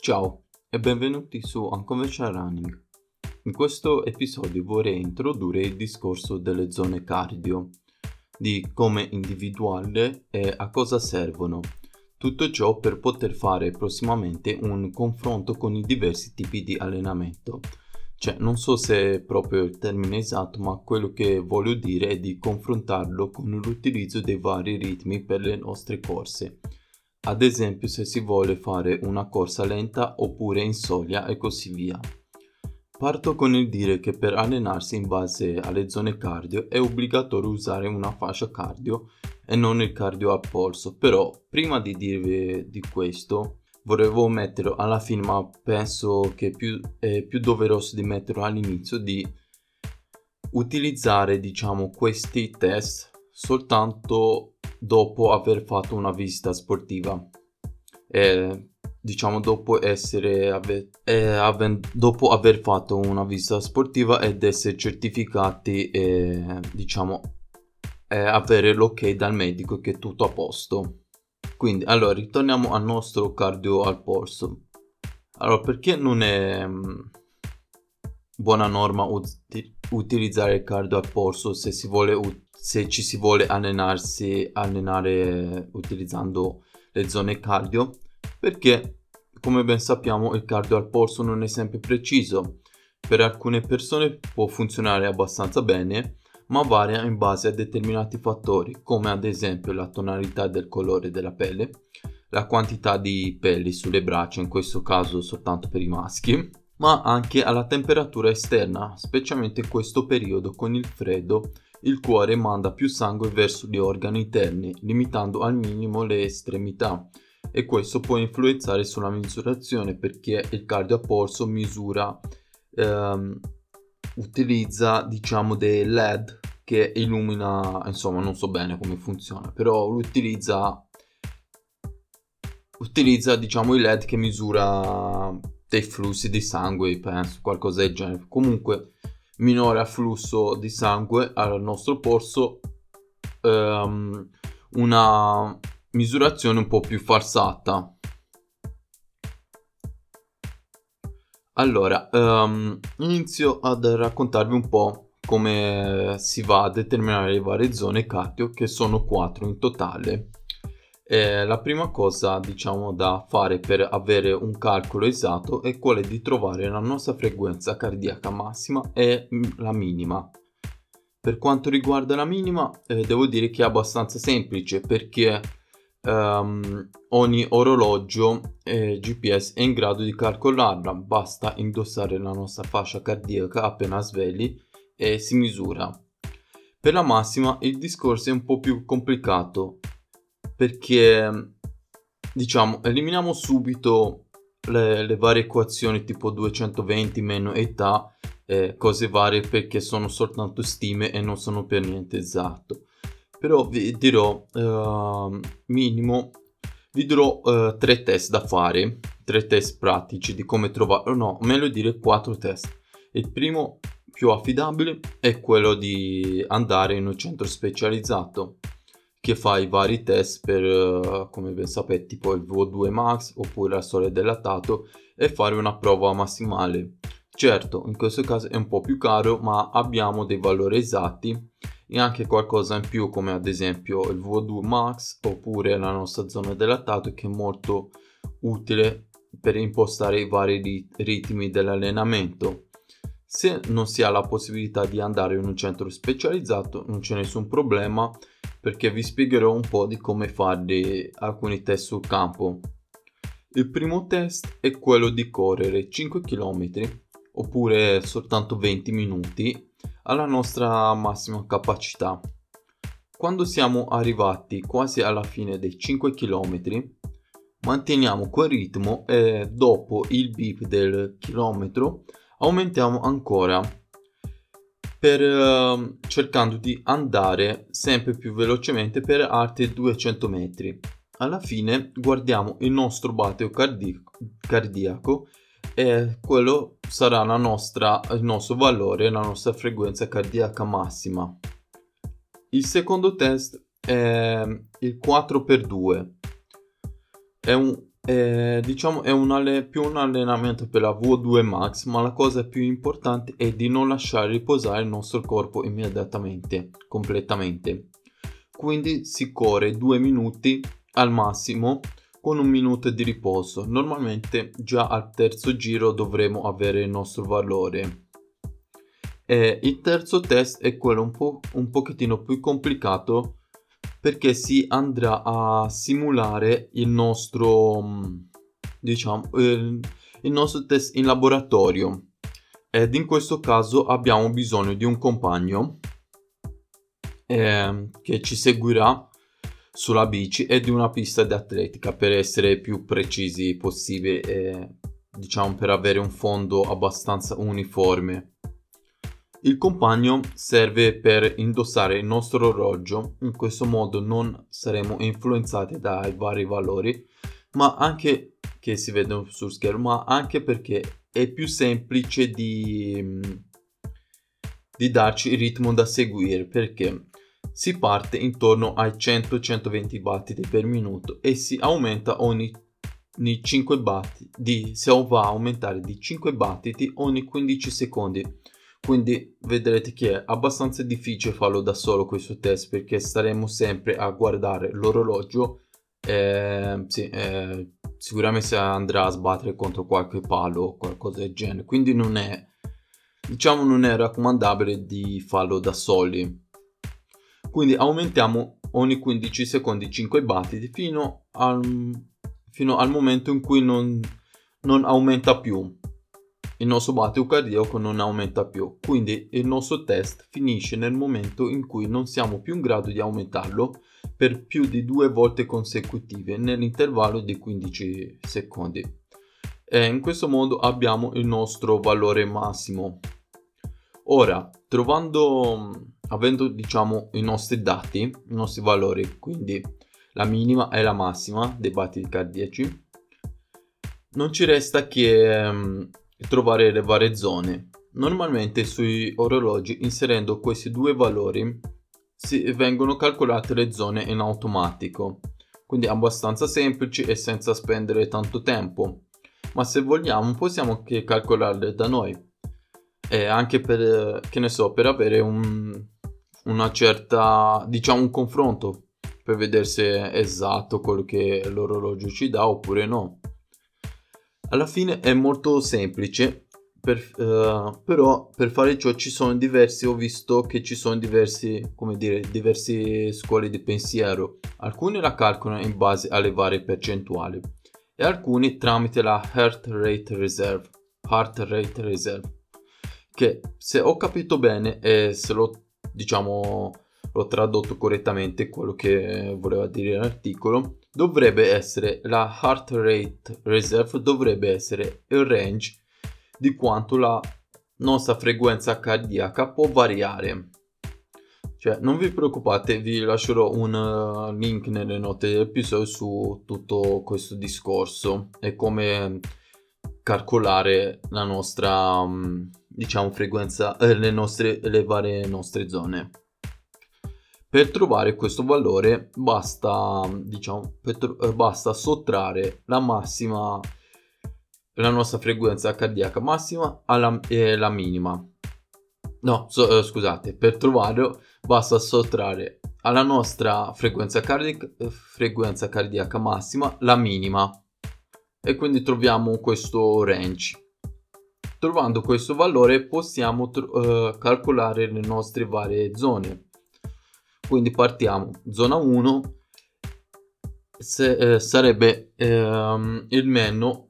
Ciao e benvenuti su Unconventional Running. In questo episodio vorrei introdurre il discorso delle zone cardio, di come individuarle e a cosa servono. Tutto ciò per poter fare prossimamente un confronto con i diversi tipi di allenamento. Non so se è proprio il termine esatto, ma quello che voglio dire è di confrontarlo con l'utilizzo dei vari ritmi per le nostre corse. Ad esempio se si vuole fare una corsa lenta oppure in soglia e così via. Parto con il dire che per allenarsi in base alle zone cardio è obbligatorio usare una fascia cardio e non il cardio a polso, però prima di dirvi di questo volevo metterlo alla fine, ma penso che è più doveroso di metterlo all'inizio, di utilizzare questi test soltanto dopo aver fatto una visita sportiva, dopo aver fatto una visita sportiva ed essere certificati e avere l'ok dal medico che è tutto a posto. Quindi allora ritorniamo al nostro cardio al polso. Allora, perché non è buona norma utilizzare il cardio al polso se ci si vuole allenare utilizzando le zone cardio? Perché, come ben sappiamo, il cardio al polso non è sempre preciso. Per alcune persone può funzionare abbastanza bene, ma varia in base a determinati fattori, come ad esempio la tonalità del colore della pelle, la quantità di peli sulle braccia, in questo caso soltanto per i maschi, ma anche alla temperatura esterna, specialmente in questo periodo con il freddo. Il cuore manda più sangue verso gli organi interni, limitando al minimo le estremità, e questo può influenzare sulla misurazione, perché il cardio a polso utilizza dei LED che illumina, insomma non so bene come funziona, però utilizza i LED che misura dei flussi di sangue, penso, qualcosa del genere. Comunque minore afflusso di sangue al nostro polso, una misurazione un po' più falsata. Allora, inizio ad raccontarvi un po' come si va a determinare le varie zone cardio, che sono 4 in totale. La prima cosa da fare per avere un calcolo esatto è quella di trovare la nostra frequenza cardiaca massima e la minima. Per quanto riguarda la minima, devo dire che è abbastanza semplice, perché ogni orologio GPS è in grado di calcolarla. Basta indossare la nostra fascia cardiaca appena svegli e si misura. Per la massima il discorso è un po' più complicato, perché eliminiamo subito le varie equazioni tipo 220 meno età, cose varie, perché sono soltanto stime e non sono per niente esatto. Però vi dirò tre test da fare, 3 test pratici di come trovare, no, meglio dire 4 test. Il primo, più affidabile, è quello di andare in un centro specializzato che fa i vari test per, come ben sapete, tipo il VO2 max oppure la soglia del lattato, e fare una prova massimale. Certo, in questo caso è un po' più caro, ma abbiamo dei valori esatti e anche qualcosa in più, come ad esempio il VO2 max oppure la nostra zona del lattato, che è molto utile per impostare i vari ritmi dell'allenamento. Se non si ha la possibilità di andare in un centro specializzato, non c'è nessun problema, perché vi spiegherò un po' di come fare alcuni test sul campo. Il primo test è quello di correre 5 km oppure soltanto 20 minuti alla nostra massima capacità. Quando siamo arrivati quasi alla fine dei 5 km, manteniamo quel ritmo e dopo il beep del chilometro aumentiamo ancora, cercando di andare sempre più velocemente per altri 200 metri. Alla fine guardiamo il nostro battito cardiaco, e quello sarà il nostro valore, la nostra frequenza cardiaca massima. Il secondo test è il 4x2. È Diciamo è più un allenamento per la VO2 max, ma la cosa più importante è di non lasciare riposare il nostro corpo immediatamente, completamente. Quindi si corre 2 minuti al massimo con 1 minuto di riposo. Normalmente già al terzo giro dovremo avere il nostro valore. Il terzo test è quello un pochettino più complicato, perché si andrà a simulare il nostro, diciamo, il nostro test in laboratorio. Ed in questo caso abbiamo bisogno di un compagno che ci seguirà sulla bici e di una pista di atletica, per essere più precisi possibile, diciamo per avere un fondo abbastanza uniforme. Il compagno serve per indossare il nostro orologio, in questo modo non saremo influenzati dai vari valori, ma anche che si vedono sul schermo, ma anche perché è più semplice di darci il ritmo da seguire, perché si parte intorno ai 100-120 battiti per minuto e si aumenta ogni 5 battiti, si va a aumentare di 5 battiti ogni 15 secondi. Quindi vedrete che è abbastanza difficile farlo da solo questo test, perché staremo sempre a guardare l'orologio. Sicuramente si andrà a sbattere contro qualche palo o qualcosa del genere, quindi non è raccomandabile di farlo da soli. Quindi aumentiamo ogni 15 secondi 5 battiti fino al momento in cui non aumenta più. Il nostro battito cardiaco non aumenta più, quindi il nostro test finisce nel momento in cui non siamo più in grado di aumentarlo per più di 2 volte consecutive nell'intervallo di 15 secondi. E in questo modo abbiamo il nostro valore massimo. Ora, avendo diciamo i nostri dati, i nostri valori, quindi la minima e la massima dei battiti cardiaci, non ci resta che trovare le varie zone. Normalmente sui orologi, inserendo questi due valori, vengono calcolate le zone in automatico, quindi abbastanza semplici e senza spendere tanto tempo. Ma se vogliamo possiamo anche calcolarle da noi, e anche per, che ne so, per avere una certa, diciamo, un confronto, per vedere se è esatto quello che l'orologio ci dà oppure no. Alla fine è molto semplice, però per fare ciò ho visto che ci sono diverse scuole di pensiero. Alcuni la calcolano in base alle varie percentuali e alcuni tramite la heart rate reserve, che, se ho capito bene e se l'ho tradotto correttamente quello che voleva dire l'articolo, dovrebbe essere la heart rate reserve, dovrebbe essere il range di quanto la nostra frequenza cardiaca può variare. Cioè, non vi preoccupate, vi lascerò un link nelle note dell'episodio su tutto questo discorso e come calcolare la nostra frequenza, le varie nostre zone. Per trovare questo valore basta sottrarre la nostra frequenza cardiaca massima e la minima. Per trovarlo basta sottrarre alla nostra frequenza cardiaca massima la minima, e quindi troviamo questo range. Trovando questo valore possiamo calcolare le nostre varie zone. Quindi partiamo, zona 1 sarebbe il meno,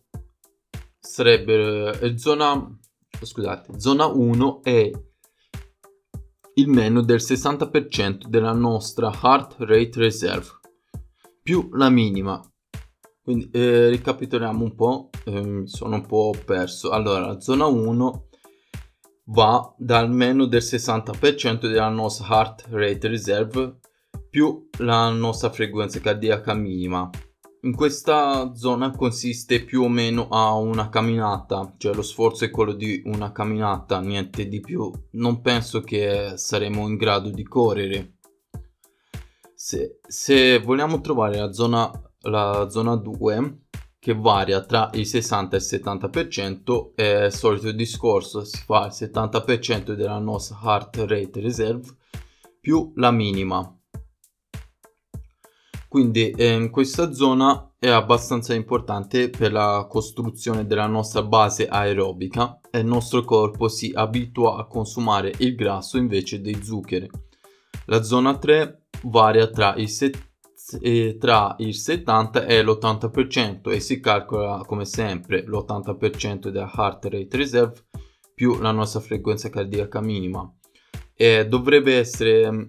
zona 1 è il meno del 60% della nostra heart rate reserve più la minima. Quindi ricapitoliamo un po', sono un po' perso. Allora, zona 1 va dal meno del 60% della nostra heart rate reserve più la nostra frequenza cardiaca minima. In questa zona consiste più o meno a una camminata, cioè lo sforzo è quello di una camminata, niente di più. Non penso che saremo in grado di correre. Se vogliamo trovare la zona 2, che varia tra il 60 e il 70%, è il solito discorso, si fa il 70% della nostra heart rate reserve più la minima. Quindi in questa zona è abbastanza importante per la costruzione della nostra base aerobica e il nostro corpo si abitua a consumare il grasso invece dei zuccheri. La zona 3 varia tra il 70 e l'80% e si calcola come sempre l'80% della heart rate reserve più la nostra frequenza cardiaca minima. E dovrebbe essere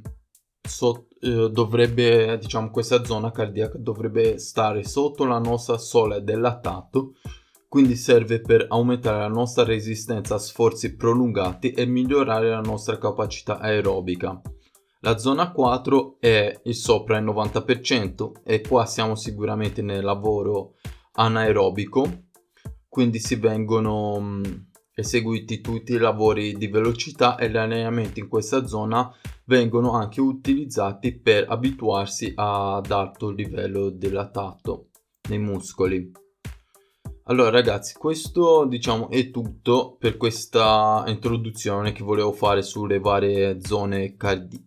questa zona cardiaca dovrebbe stare sotto la nostra soglia del lattato, quindi serve per aumentare la nostra resistenza a sforzi prolungati e migliorare la nostra capacità aerobica. La zona 4 è il sopra il 90% e qua siamo sicuramente nel lavoro anaerobico, quindi si vengono eseguiti tutti i lavori di velocità e gli allenamenti in questa zona vengono anche utilizzati per abituarsi ad alto livello di lattato nei muscoli. Allora ragazzi, questo è tutto per questa introduzione che volevo fare sulle varie zone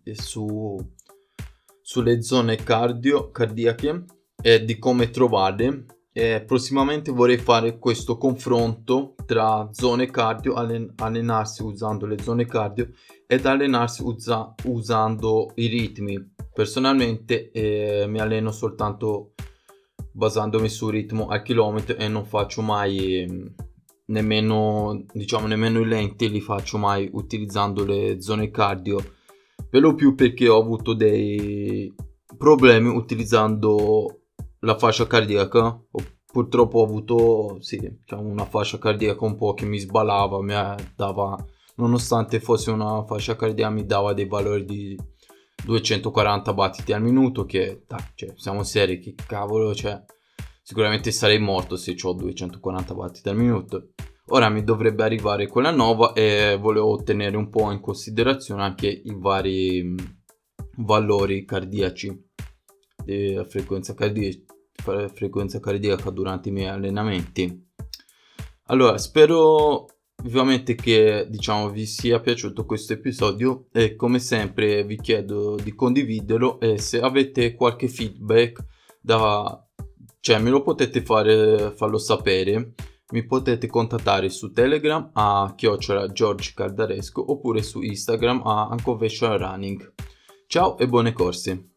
sulle zone cardiache e di come trovarle. Prossimamente vorrei fare questo confronto tra zone cardio, allenarsi usando le zone cardio ed allenarsi usando i ritmi. Personalmente mi alleno soltanto basandomi sul ritmo al chilometro e non faccio mai nemmeno i lenti, li faccio mai utilizzando le zone cardio, per lo più perché ho avuto dei problemi utilizzando la fascia cardiaca. Purtroppo ho avuto una fascia cardiaca un po' che mi sballava, nonostante fosse una fascia cardiaca mi dava dei valori di 240 battiti al minuto, che siamo seri, che cavolo, sicuramente sarei morto se ho 240 battiti al minuto. Ora mi dovrebbe arrivare quella nuova e volevo tenere un po' in considerazione anche i vari valori cardiaci di frequenza cardiaca durante i miei allenamenti. Allora, spero vivamente che vi sia piaciuto questo episodio e come sempre vi chiedo di condividerlo, e se avete qualche feedback me lo potete farlo sapere. Mi potete contattare su Telegram a @George Cardaresco oppure su Instagram a Unconventional Running. Ciao e buone corse!